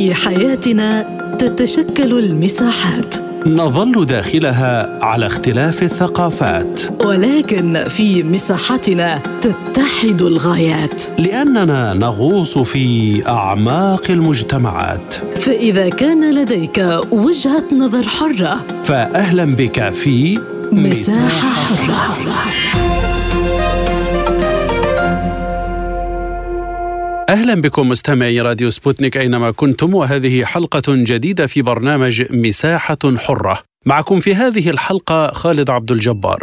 في حياتنا تتشكل المساحات، نظل داخلها على اختلاف الثقافات، ولكن في مساحتنا تتحد الغايات، لأننا نغوص في أعماق المجتمعات. فإذا كان لديك وجهة نظر حرة، فأهلا بك في مساحة حرة. أهلا بكم مستمعي راديو سبوتنيك أينما كنتم، وهذه حلقة جديدة في برنامج مساحة حرة. معكم في هذه الحلقة خالد عبد الجبار.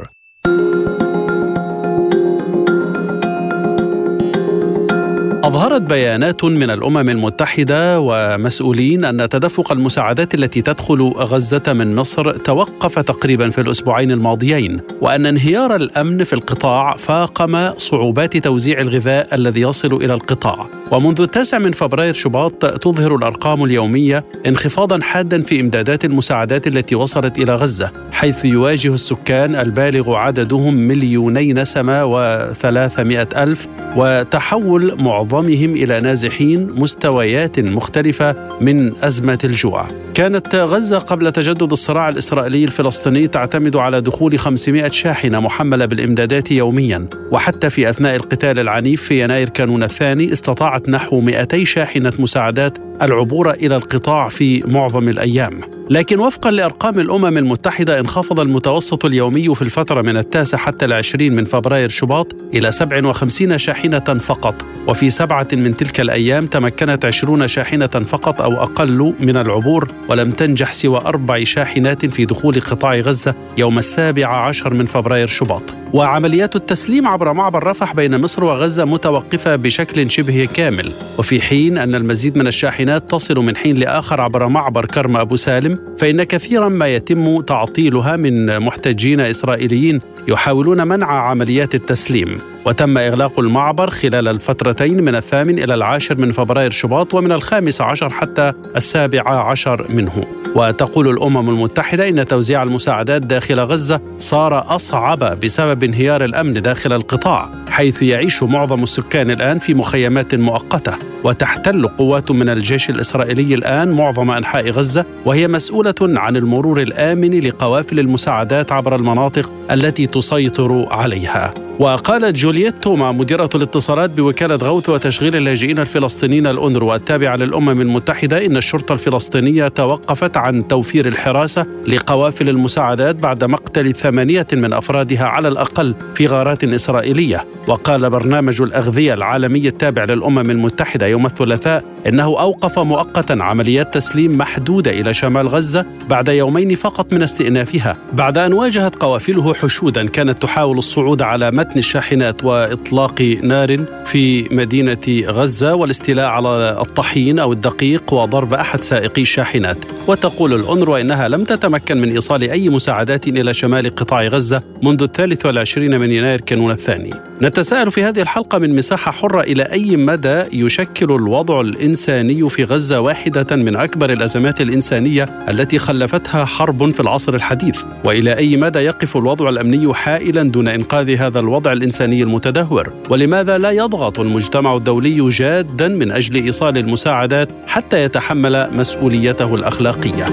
أظهرت بيانات من الأمم المتحدة ومسؤولين أن تدفق المساعدات التي تدخل غزة من مصر توقف تقريبا في الأسبوعين الماضيين، وأن انهيار الأمن في القطاع فاقم صعوبات توزيع الغذاء الذي يصل إلى القطاع. ومنذ 9 فبراير شباط تظهر الأرقام اليومية انخفاضا حادا في إمدادات المساعدات التي وصلت إلى غزة، حيث يواجه السكان البالغ عددهم 2,000,000 نسمة و300,000 وتحول معظمهم إلى نازحين مستويات مختلفة من أزمة الجوع. كانت غزة قبل تجدد الصراع الإسرائيلي الفلسطيني تعتمد على دخول 500 شاحنة محملة بالإمدادات يوميا، وحتى في أثناء القتال العنيف في يناير كانون الثاني استطاعت نحو 200 شاحنة مساعدات العبور إلى القطاع في معظم الأيام. لكن وفقا لأرقام الأمم المتحدة انخفض المتوسط اليومي في الفترة من 9 حتى 20 فبراير شباط إلى 57 شاحنة فقط، وفي 7 من تلك الأيام تمكنت 20 شاحنة فقط أو أقل من العبور، ولم تنجح سوى 4 شاحنات في دخول قطاع غزة يوم 17 من فبراير شباط. وعمليات التسليم عبر معبر رفح بين مصر وغزة متوقفة بشكل شبه كامل، وفي حين أن المزيد من الشاحنات تصل من حين لآخر عبر معبر كرم أبو سالم، فإن كثيرا ما يتم تعطيلها من محتجين إسرائيليين يحاولون منع عمليات التسليم. وتم إغلاق المعبر خلال الفترتين من 8 إلى 10 من فبراير شباط، ومن 15 حتى 17 منه. وتقول الأمم المتحدة إن توزيع المساعدات داخل غزة صار أصعب بسبب انهيار الأمن داخل القطاع، حيث يعيش معظم السكان الآن في مخيمات مؤقتة، وتحتل قوات من الجيش الإسرائيلي الآن معظم أنحاء غزة، وهي مسؤولة عن المرور الآمن لقوافل المساعدات عبر المناطق التي تسيطر عليها. وقالت جولييت توما مديرة الاتصالات بوكالة غوث وتشغيل اللاجئين الفلسطينيين الأونروا التابعة للأمم المتحدة إن الشرطة الفلسطينية توقفت عن توفير الحراسة لقوافل المساعدات بعد مقتل 8 من أفرادها على الأقل في غارات إسرائيلية. وقال برنامج الأغذية العالمي التابع للأمم المتحدة يوم الثلاثاء إنه أوقف مؤقتا عمليات تسليم محدودة إلى شمال غزة بعد يومين فقط من استئنافها، بعد أن واجهت قوافله حشودا كانت تحاول الصعود على متن الشاحنات وإطلاق نار في مدينة غزة والاستيلاء على الطحين أو الدقيق وضرب أحد سائقي الشاحنات. وتقول الأونروا إنها لم تتمكن من إيصال أي مساعدات إلى شمال قطاع غزة منذ 23 من يناير كانون الثاني. نتساءل في هذه الحلقة من مساحة حرة إلى أي مدى يشكل الوضع الإنساني في غزة واحدة من أكبر الأزمات الإنسانية التي خلفتها حرب في العصر الحديث، وإلى أي مدى يقف الوضع الأمني حائلا دون إنقاذ هذا الوضع الإنساني المتدهور، ولماذا لا يضغط المجتمع الدولي جادا من أجل إيصال المساعدات حتى يتحمل مسؤوليته الأخلاقية.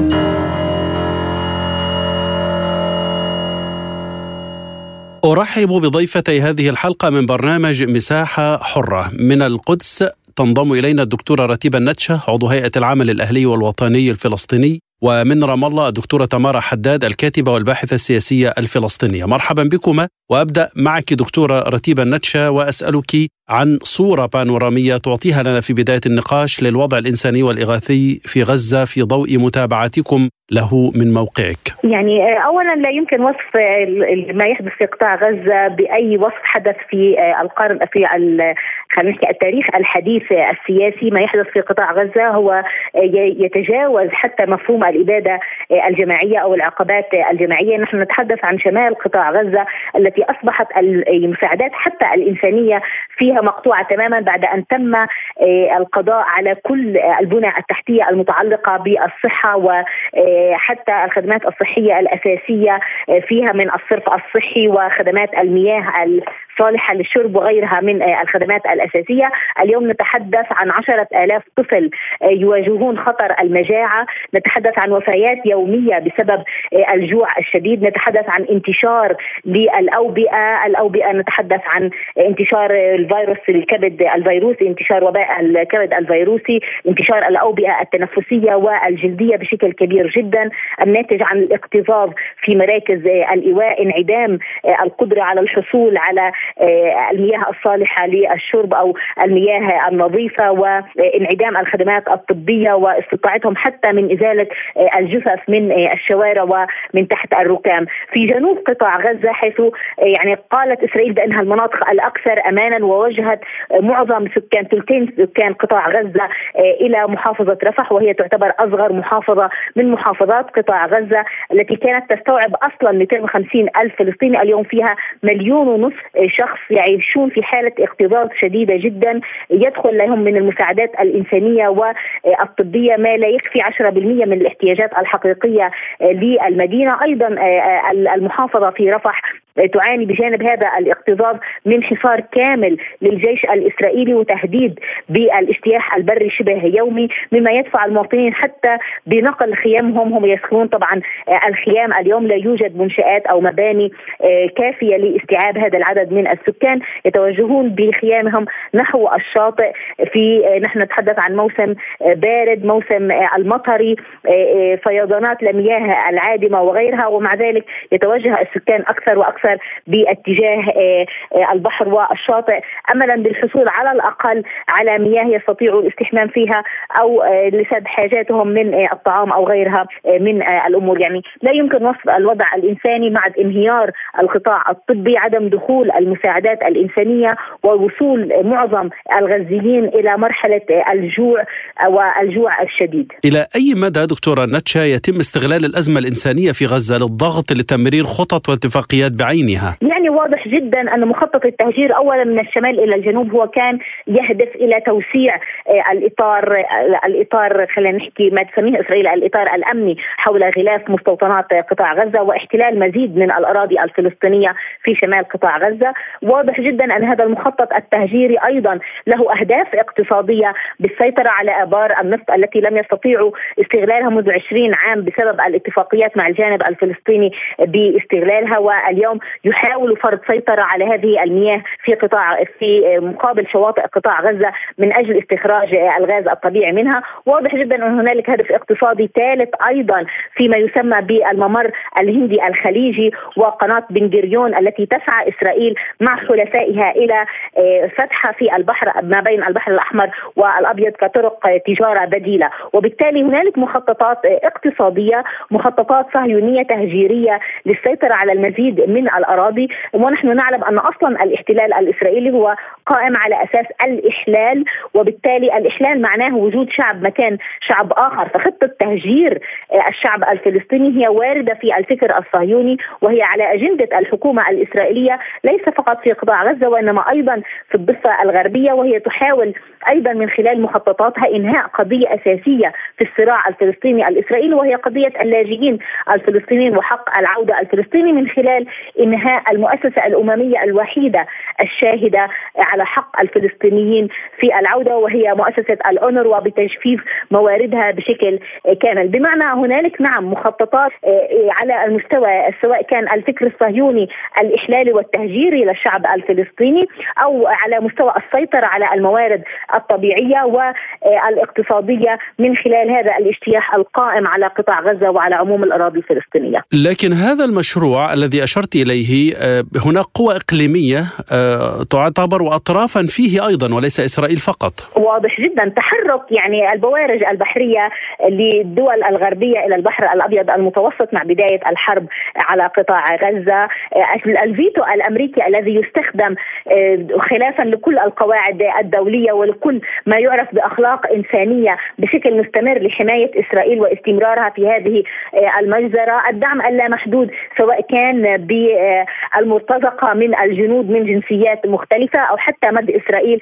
أرحب بضيفتي هذه الحلقة من برنامج مساحة حرة. من القدس تنضم إلينا الدكتورة رتيبة النتشة عضو هيئة العمل الأهلي والوطني الفلسطيني، ومن رام الله الدكتورة تمارا حداد الكاتبة والباحثة السياسية الفلسطينية. مرحبا بكما، وأبدأ معك دكتورة رتيبة النتشة وأسألك عن صورة بانورامية تعطيها لنا في بداية النقاش للوضع الإنساني والإغاثي في غزة في ضوء متابعتكم له من موقعك. يعني أولا لا يمكن وصف ما يحدث في قطاع غزة بأي وصف حدث في القرن في خلينا نحكي التاريخ الحديث السياسي. ما يحدث في قطاع غزة هو يتجاوز حتى مفهوم الإبادة الجماعية أو العقبات الجماعية. نحن نتحدث عن شمال قطاع غزة التي أصبحت المساعدات حتى الإنسانية فيها مقطوعة تماما بعد أن تم القضاء على كل البنى التحتية المتعلقة بالصحة وحتى الخدمات الصحية الأساسية فيها من الصرف الصحي وخدمات المياه صالحة للشرب وغيرها من الخدمات الأساسية. اليوم نتحدث عن 10,000 طفل يواجهون خطر المجاعة، نتحدث عن وفيات يومية بسبب الجوع الشديد، نتحدث عن انتشار للأوبئة، نتحدث عن انتشار الفيروس الكبد الفيروسي، انتشار وباء الكبد الفيروسي، انتشار الأوبئة التنفسية والجلدية بشكل كبير جدا، الناتج عن الاكتظاظ في مراكز الإيواء، انعدام القدرة على الحصول على المياه الصالحة للشرب أو المياه النظيفة، وانعدام الخدمات الطبية واستطاعتهم حتى من إزالة الجثث من الشوارع ومن تحت الركام. في جنوب قطاع غزة حيث يعني قالت إسرائيل بأنها المناطق الأكثر أمانا، ووجهت معظم ثلثين سكان قطاع غزة إلى محافظة رفح، وهي تعتبر أصغر محافظة من محافظات قطاع غزة التي كانت تستوعب أصلا 250 ألف فلسطيني. اليوم فيها 1.5 مليون شخص يعيشون في حالة اكتظاظ شديدة جدا، يدخل لهم من المساعدات الإنسانية والطبية ما لا يكفي 10% من الاحتياجات الحقيقية للمدينة. أيضا المحافظة في رفح تعاني بجانب هذا الاكتظاظ من حصار كامل للجيش الإسرائيلي وتهديد بالاجتياح البري شبه يومي، مما يدفع المواطنين حتى بنقل خيامهم. هم يسكنون طبعا الخيام، اليوم لا يوجد منشآت أو مباني كافية لاستيعاب هذا العدد من السكان، يتوجهون بخيامهم نحو الشاطئ. نحن نتحدث عن موسم بارد، موسم المطري، فيضانات المياه العادمة وغيرها، ومع ذلك يتوجه السكان أكثر وأكثر باتجاه البحر والشاطئ أملا بالحصول على الأقل على مياه يستطيعوا الاستحمام فيها أو لسد حاجاتهم من الطعام أو غيرها من الأمور. يعني لا يمكن وصف الوضع الإنساني مع انهيار القطاع الطبي، عدم دخول المساعدات الإنسانية، ووصول معظم الغزيين إلى مرحلة الجوع والجوع الشديد. إلى أي مدى دكتورة نتشا يتم استغلال الأزمة الإنسانية في غزة للضغط لتمرير خطط واتفاقيات بعينها؟ يعني واضح جدا أن مخطط التهجير أولا من الشمال إلى الجنوب هو كان يهدف إلى توسيع الإطار خلينا نحكي ما تسميه إسرائيل الإطار الأمني حول غلاف مستوطنات قطاع غزة واحتلال مزيد من الأراضي الفلسطينية في شمال قطاع غزة. واضح جدا أن هذا المخطط التهجيري أيضا له أهداف اقتصادية بالسيطرة على آبار النفط التي لم يستطيعوا استغلالها منذ 20 عام بسبب الاتفاقيات مع الجانب الفلسطيني باستغلالها، واليوم يحاول فرض سيطرة على هذه المياه في مقابل شواطئ قطاع غزة من أجل استخراج الغاز الطبيعي منها. واضح جدا أن هنالك هدف اقتصادي ثالث أيضا فيما يسمى بالممر الهندي الخليجي وقناة بن غوريون التي تسعى إسرائيل مع حلفائها إلى فتحها في البحر ما بين البحر الأحمر والأبيض كطرق تجارة بديلة. وبالتالي هنالك مخططات اقتصادية، مخططات صهيونية تهجيرية للسيطرة على المزيد من الأراضي. ونحن نعلم أن أصلا الاحتلال الإسرائيلي هو قائم على أساس الإحلال، وبالتالي الإحلال معناه وجود شعب مكان شعب آخر. فخطة تهجير الشعب الفلسطيني هي واردة في الفكر الصهيوني، وهي على أجندة الحكومة الإسرائيلية ليس فقط في قطاع غزة وإنما أيضا في الضفة الغربية. وهي تحاول أيضا من خلال مخططاتها إنهاء قضية أساسية في الصراع الفلسطيني الإسرائيلي، وهي قضية اللاجئين الفلسطينيين وحق العودة الفلسطيني من خلال إنهاء المؤسسة الأممية الوحيدة الشاهدة على حق الفلسطينيين في العودة، وهي مؤسسة الأونروا، بتجفيف مواردها بشكل كامل. بمعنى هنالك نعم مخططات على المستوى سواء كان الفكر الصهيوني الإحلالي والتهجيري للشعب الفلسطيني، أو على مستوى السيطرة على الموارد الطبيعية والاقتصادية من خلال هذا الاجتياح القائم على قطاع غزة وعلى عموم الأراضي الفلسطينية. لكن هذا المشروع الذي أشرت إليه هناك قوى إقليمية تعتبر أطرافا فيه أيضا وليس إسرائيل فقط. واضح جدا تحرك يعني البوارج البحرية للدول الغربية إلى البحر الأبيض المتوسط مع بداية الحرب على قطاع غزة، الفيتو الأمريكي الذي يستخدم خلافا لكل القواعد الدولية كل ما يعرف بأخلاق إنسانية بشكل مستمر لحماية إسرائيل واستمرارها في هذه المجزرة. الدعم اللامحدود سواء كان بالمرتزقة من الجنود من جنسيات مختلفة أو حتى مد إسرائيل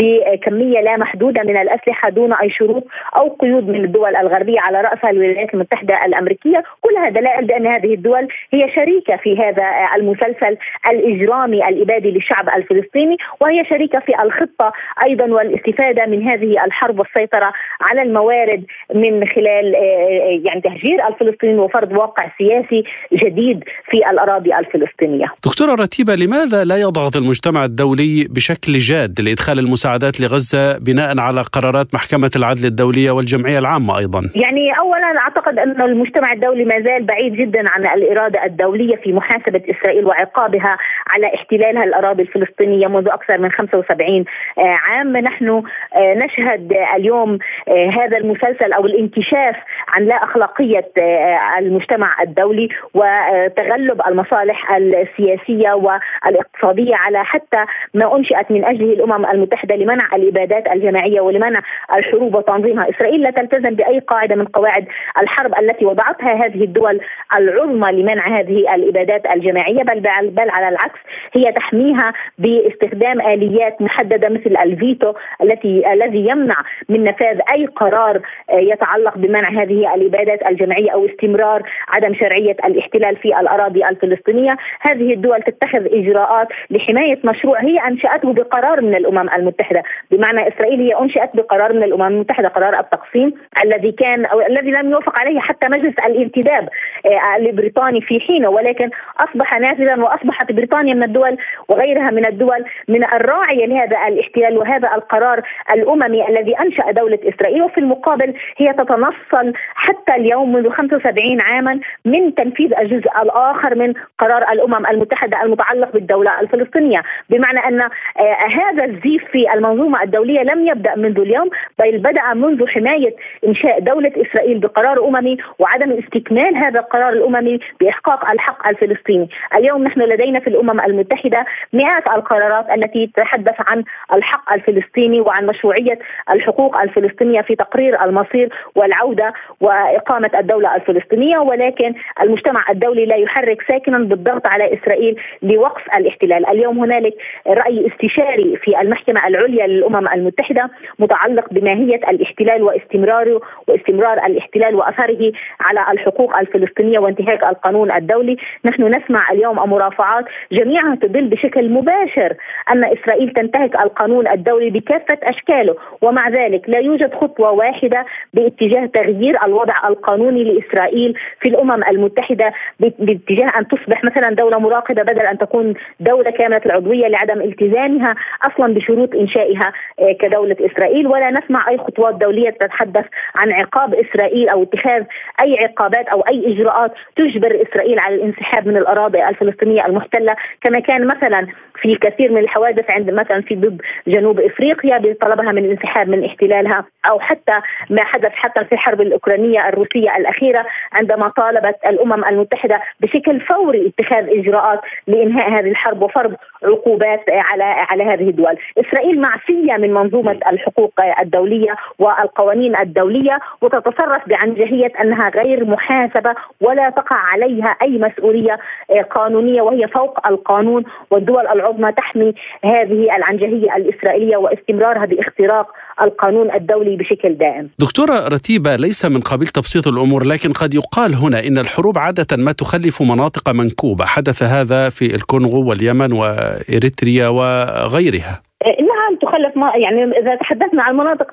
بكمية لا محدودة من الأسلحة دون أي شروط أو قيود من الدول الغربية على رأسها الولايات المتحدة الأمريكية. كل هذا دلائل بأن هذه الدول هي شريكة في هذا المسلسل الإجرامي الإبادي للشعب الفلسطيني، وهي شريكة في الخطة أيضا والاستفادة من هذه الحرب والسيطرة على الموارد من خلال يعني تهجير الفلسطينيين وفرض واقع سياسي جديد في الأراضي الفلسطينية. دكتورة رتيبة، لماذا لا يضغط المجتمع الدولي بشكل جاد لإدخال المساعدات لغزة بناء على قرارات محكمة العدل الدولية والجمعية العامة أيضا؟ يعني أولا أعتقد أن المجتمع الدولي ما زال بعيد جدا عن الإرادة الدولية في محاسبة إسرائيل وعقابها على احتلالها الأراضي الفلسطينية منذ أكثر من 75 عام. نحن نشهد اليوم هذا المسلسل أو الانكشاف عن لا أخلاقية المجتمع الدولي وتغلب المصالح السياسية والاقتصادية على حتى ما أنشئت من أجله الأمم المتحدة لمنع الإبادات الجماعية ولمنع الحروب وتنظيمها. إسرائيل لا تلتزم بأي قاعدة من قواعد الحرب التي وضعتها هذه الدول العظمى لمنع هذه الإبادات الجماعية، بل على العكس هي تحميها باستخدام آليات محددة مثل الفيتو الذي يمنع من نفاذ أي قرار يتعلق بمنع هذه الإبادات الجماعية أو استمرار عدم شرعية الاحتلال في الأراضي الفلسطينية. هذه الدول تتخذ إجراءات لحماية مشروع هي أنشأته بقرار من الأمم المتحدة، بمعنى إسرائيل هي أنشأت بقرار من الأمم المتحدة، قرار التقسيم الذي لم يوافق عليه حتى مجلس الانتداب البريطاني في حينه، ولكن أصبح نافذا وأصبحت بريطانيا من الدول وغيرها من الدول من الراعية لهذا الاحتلال وهذا القرار الأممي الذي أنشأ دولة إسرائيل. وفي المقابل هي تتنصل حتى اليوم منذ 75 عاما من تنفيذ الجزء الآخر من قرار الأمم المتحدة المتعلق بالدولة الفلسطينية، بمعنى أن هذا الزيف في المنظومة الدولية لم يبدأ منذ اليوم، بل بدأ منذ حماية إنشاء دولة إسرائيل بقرار أممي وعدم استكمال هذا القرار الأممي بإحقاق الحق الفلسطيني. اليوم نحن لدينا في الأمم المتحدة مئات القرارات التي تتحدث عن الحق الفلسطيني وعن مشروعية الحقوق الفلسطينية في تقرير المصير والعودة وإقامة الدولة الفلسطينية، ولكن المجتمع الدولي لا يحرك ساكنا بالضغط على إسرائيل لوقف الاحتلال. اليوم هنالك رأي استشاري في المحكمة العليا للأمم المتحدة متعلق بماهية الاحتلال واستمراره واستمرار الاحتلال وأثره على الحقوق الفلسطينية وانتهاك القانون الدولي. نحن نسمع اليوم مرافعات جميعها تدل بشكل مباشر أن إسرائيل تنتهك القانون الدولي بكافة أشكاله، ومع ذلك لا يوجد خطوة واحدة باتجاه تغيير الوضع القانوني لإسرائيل في الأمم المتحدة باتجاه أن تصبح مثلا دولة مراقبة بدل أن تكون دولة كاملة العضوية لعدم التزامها أصلا بشروط إنشائها كدولة إسرائيل. ولا نسمع أي خطوات دولية تتحدث عن عقاب إسرائيل أو اتخاذ أي عقابات أو أي إجراءات تجبر إسرائيل على الانسحاب من الأراضي الفلسطينية المحتلة، كما كان مثلا في كثير من الحوادث عند مثلا في ضد جنوب إفريقيا بطلبها من الانسحاب من احتلالها، أو حتى ما حدث حتى في الحرب الأوكرانية الروسية الأخيرة عندما طالبت الأمم المتحدة بشكل فوري اتخاذ إجراءات لإنهاء هذه الحرب وفرض عقوبات على هذه الدول. إسرائيل معفية من منظومة الحقوق الدولية والقوانين الدولية وتتصرف بعنجهية أنها غير محاسبة ولا تقع عليها أي مسؤولية قانونية، وهي فوق القانون، والدول العظمى تحمي هذه العنجهية الإسرائيلية واستمرارها باختراق القانون الدولي بشكل دائم. دكتورة رتيبة، ليس من قبيل تبسيط الأمور، لكن قد يقال هنا إن الحروب عادة ما تخلف مناطق منكوبة. حدث هذا في الكونغو واليمن وإريتريا وغيرها. نعم تخلف، يعني إذا تحدثنا عن مناطق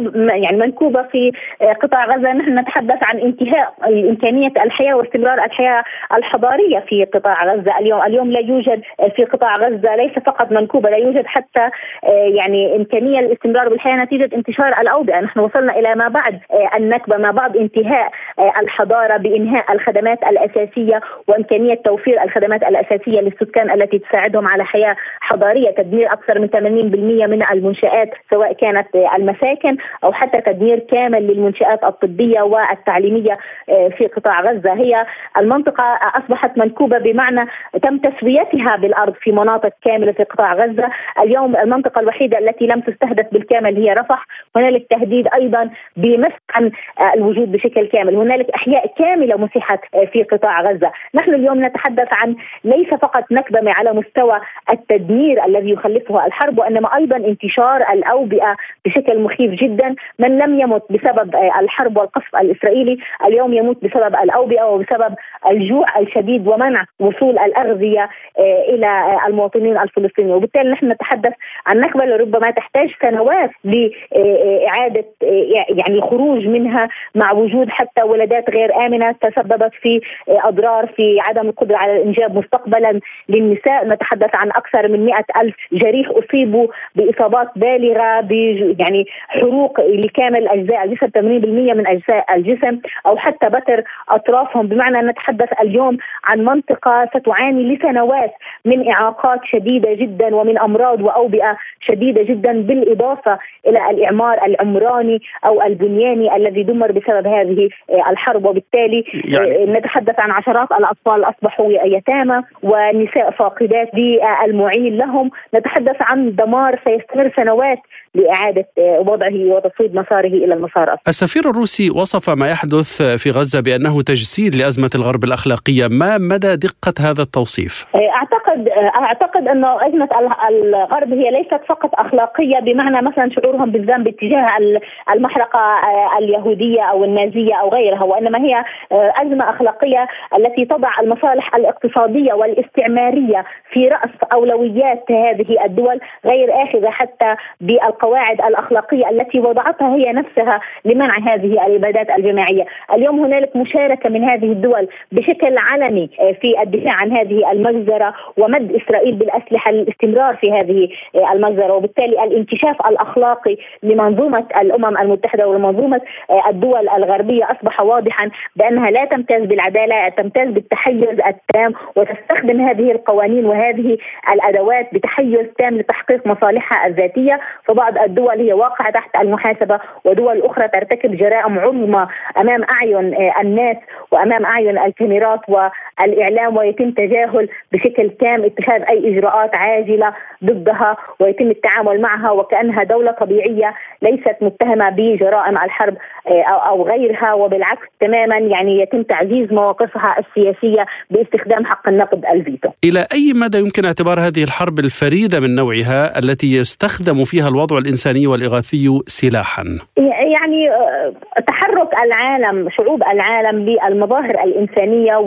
منكوبة في قطاع غزة، نحن نتحدث عن انتهاء إمكانية الحياة واستمرار الحياة الحضارية في قطاع غزة. اليوم لا يوجد في قطاع غزة ليس فقط منكوبة، لا يوجد حتى يعني إمكانية للاستمرار بالحياة نتيجة انتشار الأوبئة. نحن وصلنا إلى ما بعد النكبة، ما بعد انتهاء الحضارة بإنهاء الخدمات الأساسية وإمكانية توفير الخدمات الأساسية للسكان التي تساعدهم على حياة حضارية، تدمير أكثر من 80% من المنشآت سواء كانت المساكن أو حتى تدمير كامل للمنشآت الطبية والتعليمية في قطاع غزة. هي المنطقة أصبحت منكوبة، بمعنى تم تسويتها بالأرض في مناطق كاملة في قطاع غزة. اليوم المنطقة الوحيدة التي لم تستهدف بالكامل هي رفح. هنالك تهديد أيضا بمسح عن الوجود بشكل كامل. هنالك أحياء كاملة مسحت في قطاع غزة. نحن اليوم نتحدث عن ليس فقط نكبة على مستوى التدمير الذي يخلفه الحرب، وإنما أيضا انتشار الأوبئة بشكل مخيف جدا. من لم يمت بسبب الحرب والقصف الإسرائيلي اليوم يموت بسبب الأوبئة وبسبب الجوع الشديد ومنع وصول الأغذية إلى المواطنين الفلسطينيين. وبالتالي نحن نتحدث عن نكبة ربما تحتاج سنوات لإعادة يعني الخروج منها، مع وجود حتى ولادات غير آمنة تسببت في أضرار في عدم القدرة على الإنجاب مستقبلا للنساء. نتحدث عن أكثر من 100,000 جريح أصيبوا بإصابات بالغة، يعني حروق لكامل أجزاء الجسم، 80% من أجزاء الجسم، أو حتى بتر أطرافهم. بمعنى نتحدث اليوم عن منطقة ستعاني لسنوات من إعاقات شديدة جدا ومن أمراض وأوبئة شديدة جدا، بالإضافة إلى الإعمار العمراني أو البنياني الذي دمر بسبب هذه الحرب. وبالتالي نتحدث عن عشرات الأطفال أصبحوا يتامى ونساء فاقدات للمعين لهم. نتحدث عن دمار سيستمر سنوات لإعادة وضعه وتصويب مساره إلى المسار الأصلي. السفير الروسي وصف ما يحدث في غزة بأنه تجسيد لأزمة الغرب الأخلاقية. ما مدى دقة هذا التوصيف؟ أعتقد أن أزمة الغرب هي ليست فقط أخلاقية، بمعنى مثلا شعورهم بالذنب تجاه المحرقة اليهودية أو النازية أو غيرها، وإنما هي أزمة أخلاقية التي تضع المصالح الاقتصادية والاستعمارية في رأس أولويات هذه الدول، غير آخذة حتى بالقواعد الأخلاقية التي وضعتها هي نفسها لمنع هذه الإبادات الجماعية. اليوم هنالك مشاركة من هذه الدول بشكل علني في الدفاع عن هذه المجزرة ومد إسرائيل بالأسلحة للاستمرار في هذه المجزرة. وبالتالي الانكشاف الأخلاقي لمنظومة الأمم المتحدة ومنظومة الدول الغربية أصبح واضحا بأنها لا تمتاز بالعدالة، تمتاز بالتحيز التام، وتستخدم هذه القوانين وهذه الأدوات بتحيز تام لتحقيق مصالحها الذاتية. فبعض الدول هي واقعة تحت المحاسبة، ودول أخرى ترتكب جرائم عظمى أمام أعين الناس وأمام أعين الكاميرات والإعلام، ويتم تجاهل بشكل تام اتخاذ أي إجراءات عاجلة ضدها ويتم التعامل معها وكأنها دولة طبيعية ليست متهمة بجرائم الحرب أو غيرها، وبالعكس تماما يعني يتم تعزيز مواقفها السياسية باستخدام حق النقد الفيتو. إلى أي مدى يمكن اعتبار هذه الحرب الفريدة من نوعها التي يستخدم فيها الوضع الإنساني والإغاثي سلاحا؟ يعني تحرك العالم، شعوب العالم للمظاهر الإنسانية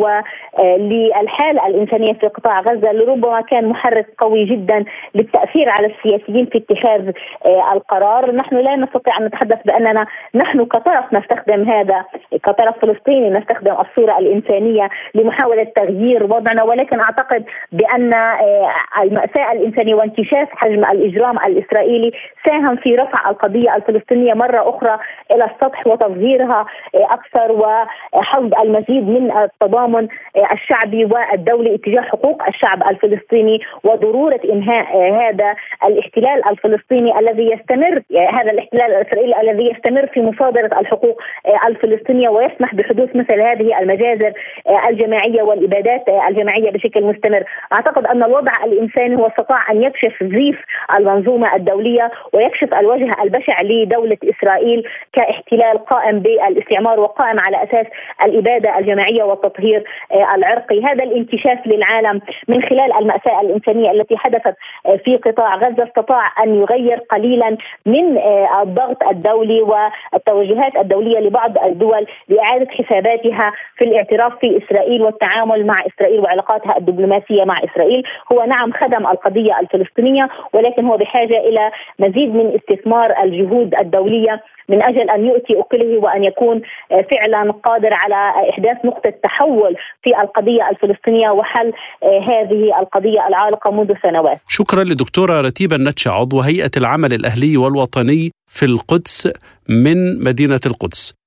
وللحالة الإنسانية في قطاع غزة لربما كان محرك قوي جدا للتأثير على السياسيين في اتخاذ القرار. نحن لا نستطيع أن نتحدث بأننا نحن كطرف نستخدم هذا، كطرف فلسطيني نستخدم الصورة الإنسانية لمحاولة تغيير وضعنا، ولكن أعتقد بأن المأساة الإنسانية وانكشاف حجم الإجرام الإسرائيلي ساهم في رفع القضية الفلسطينية مرة أخرى إلى السطح وتظهيرها أكثر وحفظ المزيد من التضامن الشعبي والدولي اتجاه حقوق الشعب الفلسطيني وضرورة إنهاء هذا الاحتلال الفلسطيني الذي يستمر، هذا الاحتلال الإسرائيلي الذي يستمر في مصادرة الحقوق الفلسطينية ويسمح بحدوث مثل هذه المجازر الجماعية والإبادات الجماعية بشكل مستمر. أعتقد أن الوضع الإنساني هو استطاع أن يكشف زيف المنظومة الدولية ويكشف الوجه البشع لدولة إسرائيل كاحتلال قائم بالاستعمار وقائم على أساس الإبادة الجماعية والتطهير العرقي. هذا الانكشاف للعالم من خلال المأساة الإنسانية التي حدثت في قطاع غزة استطاع أن يغير قليلا من الضغط الدولي والتوجهات الدولية لبعض الدول لإعادة حساباتها في الاعتراف في إسرائيل والتعامل مع إسرائيل وعلاقاتها الدبلوماسية مع إسرائيل. هو نعم خدم القضية الفلسطينية، ولكن هو بحاجة إلى مزيد من استثمار الجهود الدولية من أجل أن يؤتي أكله وأن يكون فعلا قادر على إحداث نقطة تحول في القضية الفلسطينية وحل هذه القضية العالقة منذ سنوات. شكرا لدكتورة رتيبة النتشة، عضو هيئة العمل الأهلي والوطني في القدس من مدينة القدس.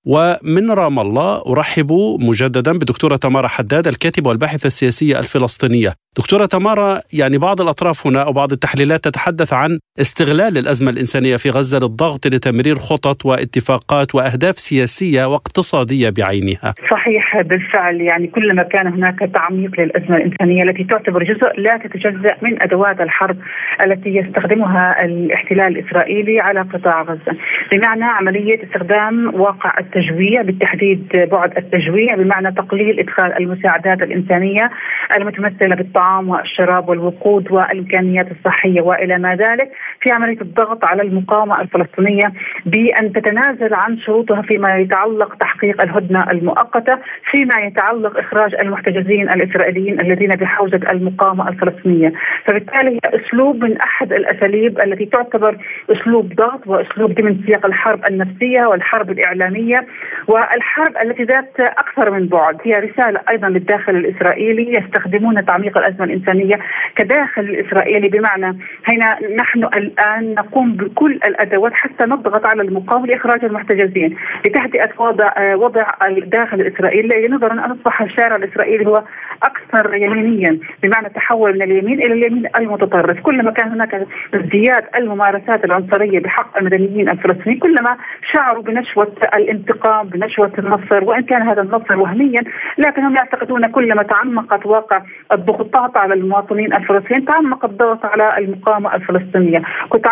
ومن رام الله أرحب مجددا بدكتورة تمارا حداد، الكاتبة والباحثة السياسية الفلسطينية. دكتورة تمارا، يعني بعض الأطراف هنا أو بعض التحليلات تتحدث عن استغلال الأزمة الإنسانية في غزة للضغط لتمرير خطط واتفاقات وأهداف سياسية واقتصادية بعينها. صحيح بالفعل، يعني كلما كان هناك تعميق للأزمة الإنسانية التي تعتبر جزء لا تتجزأ من أدوات الحرب التي يستخدمها الاحتلال الإسرائيلي على قطاع غزة، بمعنى عملية استخدام واقع التجويع، بالتحديد بعد التجويع، بمعنى تقليل إدخال المساعدات الإنسانية المتمثلة بالطعام والشراب والوقود والإمكانيات الصحية وإلى ما ذلك، في عملية الضغط على المقاومة الفلسطينية بأن تتنازل عن شروطها فيما يتعلق تحقيق الهدنة المؤقتة، فيما يتعلق إخراج المحتجزين الإسرائيليين الذين بحوزة المقاومة الفلسطينية. فبالتالي أسلوب من أحد الأساليب التي تعتبر أسلوب ضغط وأسلوب ضمن سياق الحرب النفسية والحرب الإعلامية والحرب التي ذات أكثر من بعد. هي رسالة أيضا للداخل الإسرائيلي، يستخدمون تعميق الأزمة الإنسانية كداخل الإسرائيلي، بمعنى هنا نحن الآن نقوم بكل الأدوات حتى نضغط على المقاومة لإخراج المحتجزين لتهدئة وضع الداخل الإسرائيلي، نظرا أن أصبح الشارع الإسرائيلي هو أكثر يمينيا، بمعنى تحول من اليمين إلى اليمين المتطرف. كلما كان هناك ازدياد الممارسات العنصرية بحق المدنيين الفلسطينيين كلما شعروا بنشوة الانتقام، بنشوة النصر، وإن كان هذا النصر وهميا، لكنهم يعتقدون كلما تعمقت واقع الضغوطات على المواطنين الفلسطينيين تعمق الضغط على المقاومة الفلسطينية،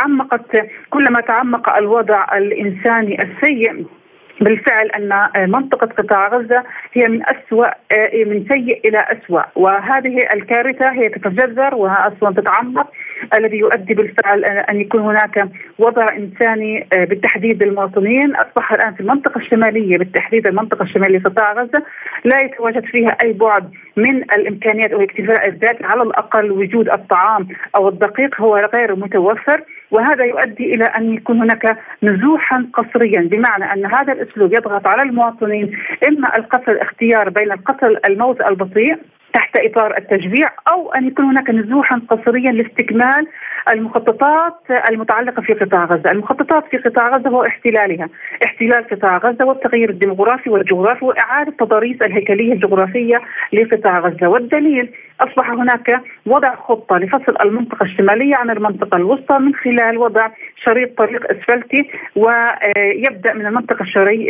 كلما تعمق الوضع الإنساني السيء. بالفعل أن منطقة قطاع غزة هي من سيء إلى أسوأ، وهذه الكارثة هي تتجذر وأصلا تتعمق، الذي يؤدي بالفعل أن يكون هناك وضع إنساني بالتحديد للمواطنين. أصبح الآن في المنطقة الشمالية، بالتحديد المنطقة الشمالية لقطاع غزة، لا يتواجد فيها أي بعد من الإمكانيات أو الاكتفاء الذاتي، على الأقل وجود الطعام أو الدقيق هو غير متوفر، وهذا يؤدي إلى أن يكون هناك نزوحا قسريا، بمعنى أن هذا الأسلوب يضغط على المواطنين، إما القتل، اختيار بين القتل الموت البطيء تحت إطار التجويع، أو أن يكون هناك نزوحا قسريا لاستكمال المخططات المتعلقة في قطاع غزة. المخططات في قطاع غزة هو احتلال قطاع غزة والتغيير الديموغرافي والجغرافي وإعادة تضاريس الهيكلية الجغرافية لقطاع غزة. والدليل أصبح هناك وضع خطة لفصل المنطقة الشمالية عن المنطقة الوسطى من خلال وضع شريط طريق أسفلتي، ويبدأ من المنطقة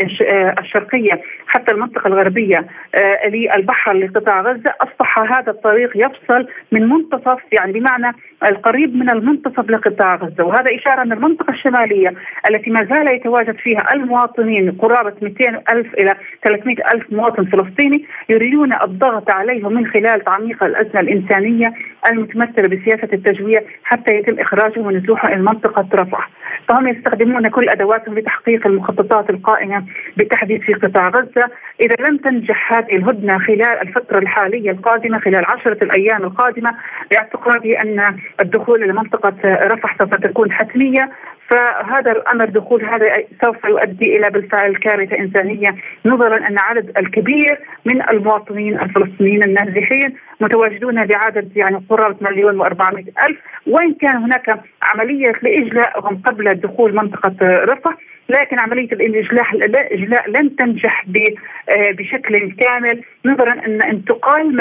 الشرقية حتى المنطقة الغربية للبحر لقطاع غزة. أصبح هذا الطريق يفصل من منتصف، يعني بمعنى القريب من المنتصف لقطاع غزة، وهذا إشارة أن المنطقة الشمالية التي ما زال يتواجد فيها المواطنين قرابة 200,000 إلى 300,000 مواطن فلسطيني يريدون الضغط عليهم من خلال تعميق الأزمة الإنسانية المتمثلة بسياسة التجويع حتى يتم إخراجهم ونزوحهم إلى منطقة رفح. فهم يستخدمون كل أدواتهم لتحقيق المخططات القائمة بالتحديد في قطاع غزة. إذا لم تنجح هذه الهدنة خلال الفترة الحالية القادمة، خلال 10 الأيام القادمة، باعتقادي أن الدخول إلى منطقة رفح سوف تكون حتمية. فهذا الأمر، دخول هذا سوف يؤدي إلى بالفعل كارثة إنسانية، نظرا أن عدد الكبير من المواطنين الفلسطينيين النازحين متواجدون بعدد يعني قرابة 1,400,000، وإن كان هناك عملية لإجلائهم قبل دخول منطقة رفح، لكن عملية الإجلاء لن تنجح بشكل كامل، نظرا أن انتقال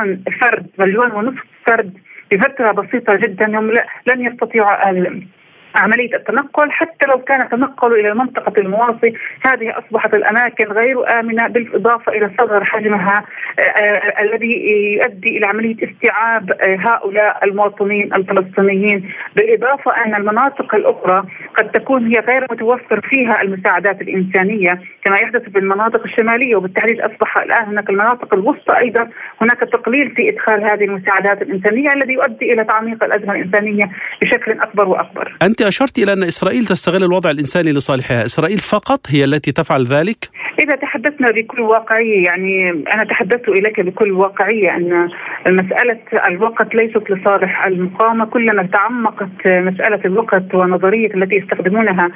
1,500,000 فرد بفترة بسيطة جدا لن يستطيعوا عملية التنقل، حتى لو كان تنقلوا إلى المنطقة المواصي. هذه أصبحت الأماكن غير آمنة، بالإضافة إلى صغر حجمها الذي يؤدي إلى عملية استيعاب هؤلاء المواطنين الفلسطينيين، بالإضافة أن المناطق الأخرى قد تكون هي غير متوفر فيها المساعدات الإنسانية كما يحدث في المناطق الشمالية، وبالتحديد أصبح الآن هناك المناطق الوسطى أيضا هناك تقليل في إدخال هذه المساعدات الإنسانية، الذي يؤدي إلى تعميق الأزمة الإنسانية بشكل أكبر وأكبر. أنت أشرت إلى أن إسرائيل تستغل الوضع الإنساني لصالحها. إسرائيل فقط هي التي تفعل ذلك؟ إذا تحدثنا بكل واقعية، يعني أنا تحدثت إليك بكل واقعية أن مسألة الوقت ليست لصالح المقاومة. كلما تعمقت مسألة الوقت ونظرية التي يستخدمونها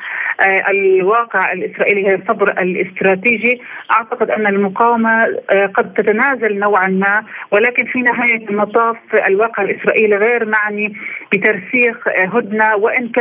الواقع الإسرائيلي هي الصبر الاستراتيجي، أعتقد أن المقاومة قد تتنازل نوعا ما، ولكن في نهاية المطاف الواقع الإسرائيلي غير معني بترسيخ هدنة، وإن كانت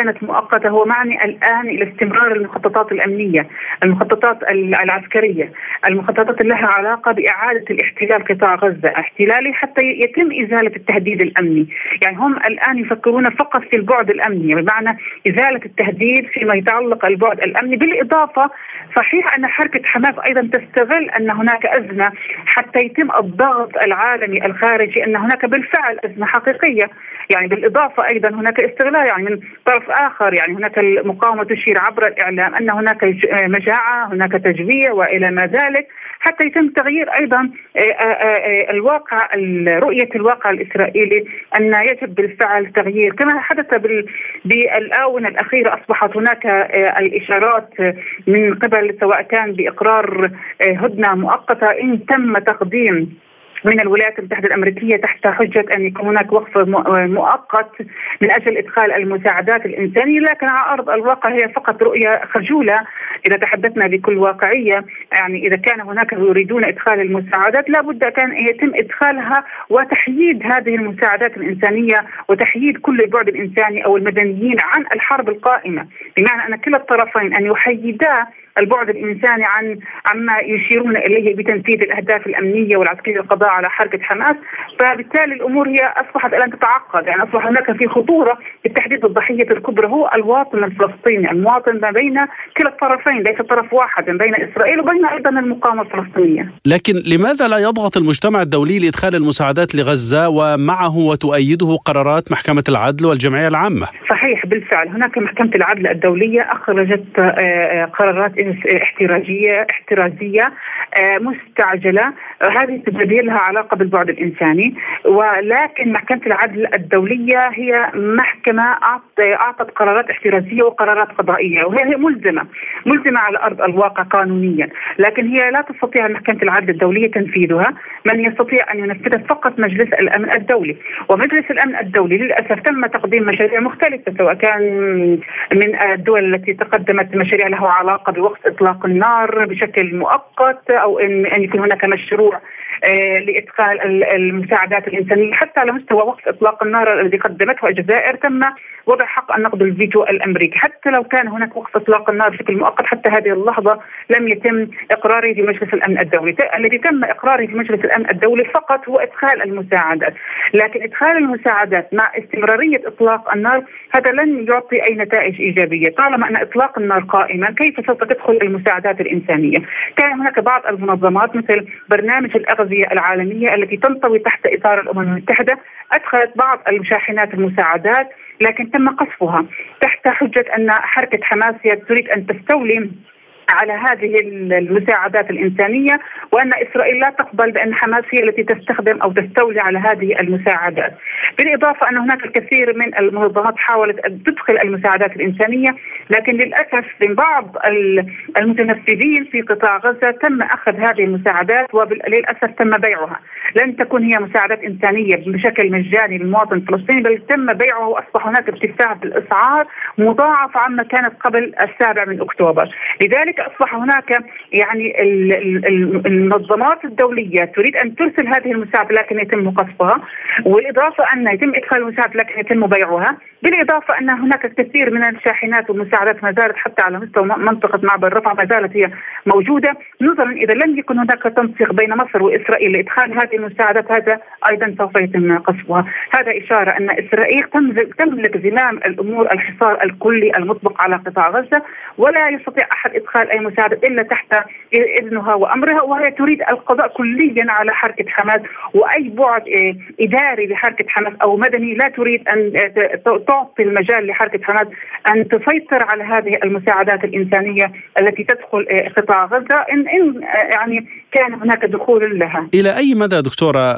كانت مؤقتة هو معني الآن إلى استمرار المخططات الأمنية، المخططات العسكرية، المخططات اللي لها علاقة بإعادة الاحتلال قطاع غزة، احتلالي حتى يتم إزالة التهديد الأمني. يعني هم الآن يفكرون فقط في البعد الأمني، بمعنى إزالة التهديد فيما يتعلق البعد الأمني. بالإضافة صحيح أن حركة حماس أيضا تستغل أن هناك أزمة حتى يتم الضغط العالمي الخارجي أن هناك بالفعل أزمة حقيقية. يعني بالإضافة أيضا هناك استغلال يعني من طرف آخر، يعني هناك المقاومة تشير عبر الإعلام أن هناك مجاعة، هناك تجويع وإلى ما ذلك، حتى يتم تغيير أيضا الواقع، رؤية الواقع الإسرائيلي أن يجب بالفعل تغيير. كما حدث بالآونة الأخيرة أصبحت هناك الإشارات من قبل سواء كان بإقرار هدنة مؤقتة إن تم تقديم من الولايات المتحدة الأمريكية تحت حجة أن يكون هناك وقف مؤقت من أجل إدخال المساعدات الإنسانية، لكن على أرض الواقع هي فقط رؤية خجولة. إذا تحدثنا بكل واقعية، يعني إذا كان هناك يريدون إدخال المساعدات لابد كان يتم إدخالها وتحييد هذه المساعدات الإنسانية وتحييد كل البعد الإنساني أو المدنيين عن الحرب القائمة، بمعنى أن كلا الطرفين أن يحيدا البعد الإنساني عما يشيرون إليه بتنفيذ الأهداف الأمنية والعسكرية للقضاء على حركة حماس. فبالتالي الأمور هي أصبحت الآن تتعقد، يعني أصبح هناك في خطورة بالتحديد. الضحية الكبرى هو الواطن الفلسطيني، المواطن ما بين كلا الطرفين، ليس طرف واحد، بين إسرائيل وبين أيضا المقاومة الفلسطينية. لكن لماذا لا يضغط المجتمع الدولي لإدخال المساعدات لغزة ومعه وتؤيده قرارات محكمة العدل والجمعية العامة؟ صحيح بالفعل هناك محكمة العدل الدولية أخرجت قرارات احترازية مستعجلة، هذه تبدي لها علاقة بالبعد الإنساني، ولكن محكمة العدل الدولية هي محكمة أعطت قرارات احترازية وقرارات قضائية، وهي ملزمة على أرض الواقع قانونيا، لكن هي لا تستطيع محكمة العدل الدولية تنفيذها. من يستطيع أن ينفذها فقط مجلس الأمن الدولي، ومجلس الأمن الدولي للأسف تم تقديم مشاريع مختلفة، سواء كان من الدول التي تقدمت مشاريع له علاقة بوقف إطلاق النار بشكل مؤقت، أو أن يكون هناك مشروع لإدخال المساعدات الإنسانية حتى على مستوى وقف إطلاق النار الذي قدمته الجزائر تم وضع حق النقد الفيتو الأمريكي. حتى لو كان هناك وقف إطلاق النار بشكل مؤقت حتى هذه اللحظة لم يتم إقراره في مجلس الأمن الدولي. الذي تم إقراره في مجلس الأمن الدولي فقط هو إدخال المساعدات، لكن إدخال المساعدات مع استمرارية إطلاق النار هذا لن يعطي أي نتائج إيجابية. طالما أن إطلاق النار قائما كيف سوف تدخل المساعدات الإنسانية؟ كان هناك بعض المنظمات مثل برنامج الأغذية العالمية التي تنطوي تحت إطار الأمم المتحدة أدخلت بعض المشاحنات المساعدات، لكن تم قصفها تحت حجة أن حركة حماس تريد أن تستولي على هذه المساعدات الإنسانية، وأن إسرائيل لا تقبل بأن حماس هي التي تستخدم أو تستولي على هذه المساعدات. بالإضافة أن هناك الكثير من المنظمات حاولت أن تدخل المساعدات الإنسانية، لكن للأسف من بعض المتنفذين في قطاع غزة تم أخذ هذه المساعدات وللأسف تم بيعها. لن تكون هي مساعدات إنسانية بشكل مجاني للمواطن الفلسطيني، بل تم بيعه وأصبح هناك ارتفاع بالأسعار مضاعف عما كانت قبل 7 أكتوبر. لذلك أصبح هناك يعني المنظمات الدولية تريد أن ترسل هذه المساعدة لكن يتم قصفها، والإضافة أن يتم إدخال المساعدة لكن يتم بيعها، بالإضافة أن هناك الكثير من الشاحنات والمساعدات ما زالت حتى على مستوى منطقة معبر رفح ما زالت هي موجودة. نظرا إذا لم يكن هناك تنسيق بين مصر وإسرائيل لإدخال هذه المساعدات هذا أيضا سوف يتم قصفها. هذا إشارة أن إسرائيل تملك زمام الأمور، الحصار الكلي المطبق على قطاع غزة، ولا يستطيع أحد إدخال أي مساعدة إلا تحت إذنها وأمرها، وهي تريد القضاء كليا على حركة حماس، وأي بعد إداري لحركة حماس أو مدني لا تريد أن تعطي المجال لحركة حماس أن تسيطر على هذه المساعدات الإنسانية التي تدخل قطاع غزة إن يعني كان هناك دخول لها. إلى أي مدى دكتورة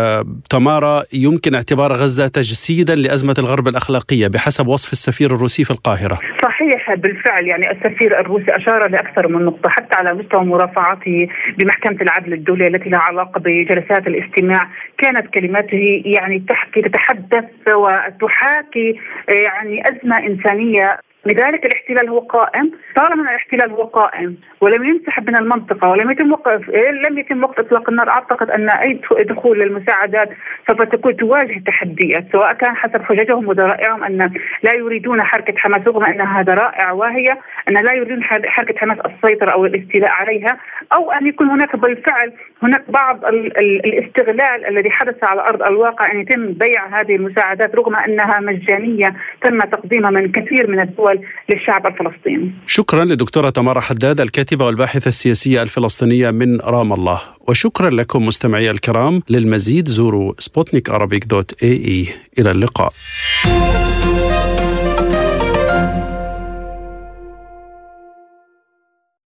تمارا يمكن اعتبار غزة تجسيدا لأزمة الغرب الأخلاقية بحسب وصف السفير الروسي في القاهرة؟ صحيح بالفعل، يعني السفير الروسي أشار لأكثر من نقطة حتى على مستوى مرافعاته بمحكمة العدل الدولية التي لها علاقة بجلسات الاستماع. كانت كلماته يعني تتحدث وتحاكي يعني أزمة إنسانية لذلك الاحتلال هو قائم. طالما الاحتلال هو قائم ولم ينسحب من المنطقة ولم يتم وقف إطلاق النار، أعتقد أن أي دخول للمساعدات سوف تواجه تحديات، سواء كان حسب حججهم وذرائعهم أن لا يريدون حركة حماس، رغم أنها ذرائع واهية، أن لا يريدون حركة حماس السيطرة أو الاستيلاء عليها، أو أن يكون هناك بالفعل هناك بعض الاستغلال الذي حدث على أرض الواقع، أن يتم بيع هذه المساعدات رغم أنها مجانية تم تقديمها من كثير من الدول للشعب الفلسطيني. شكرا لدكتورة تمارا حداد، الكاتبة والباحثة السياسية الفلسطينية من رام الله. وشكرا لكم مستمعي الكرام. للمزيد زوروا sputnikarabic.ae. إلى اللقاء.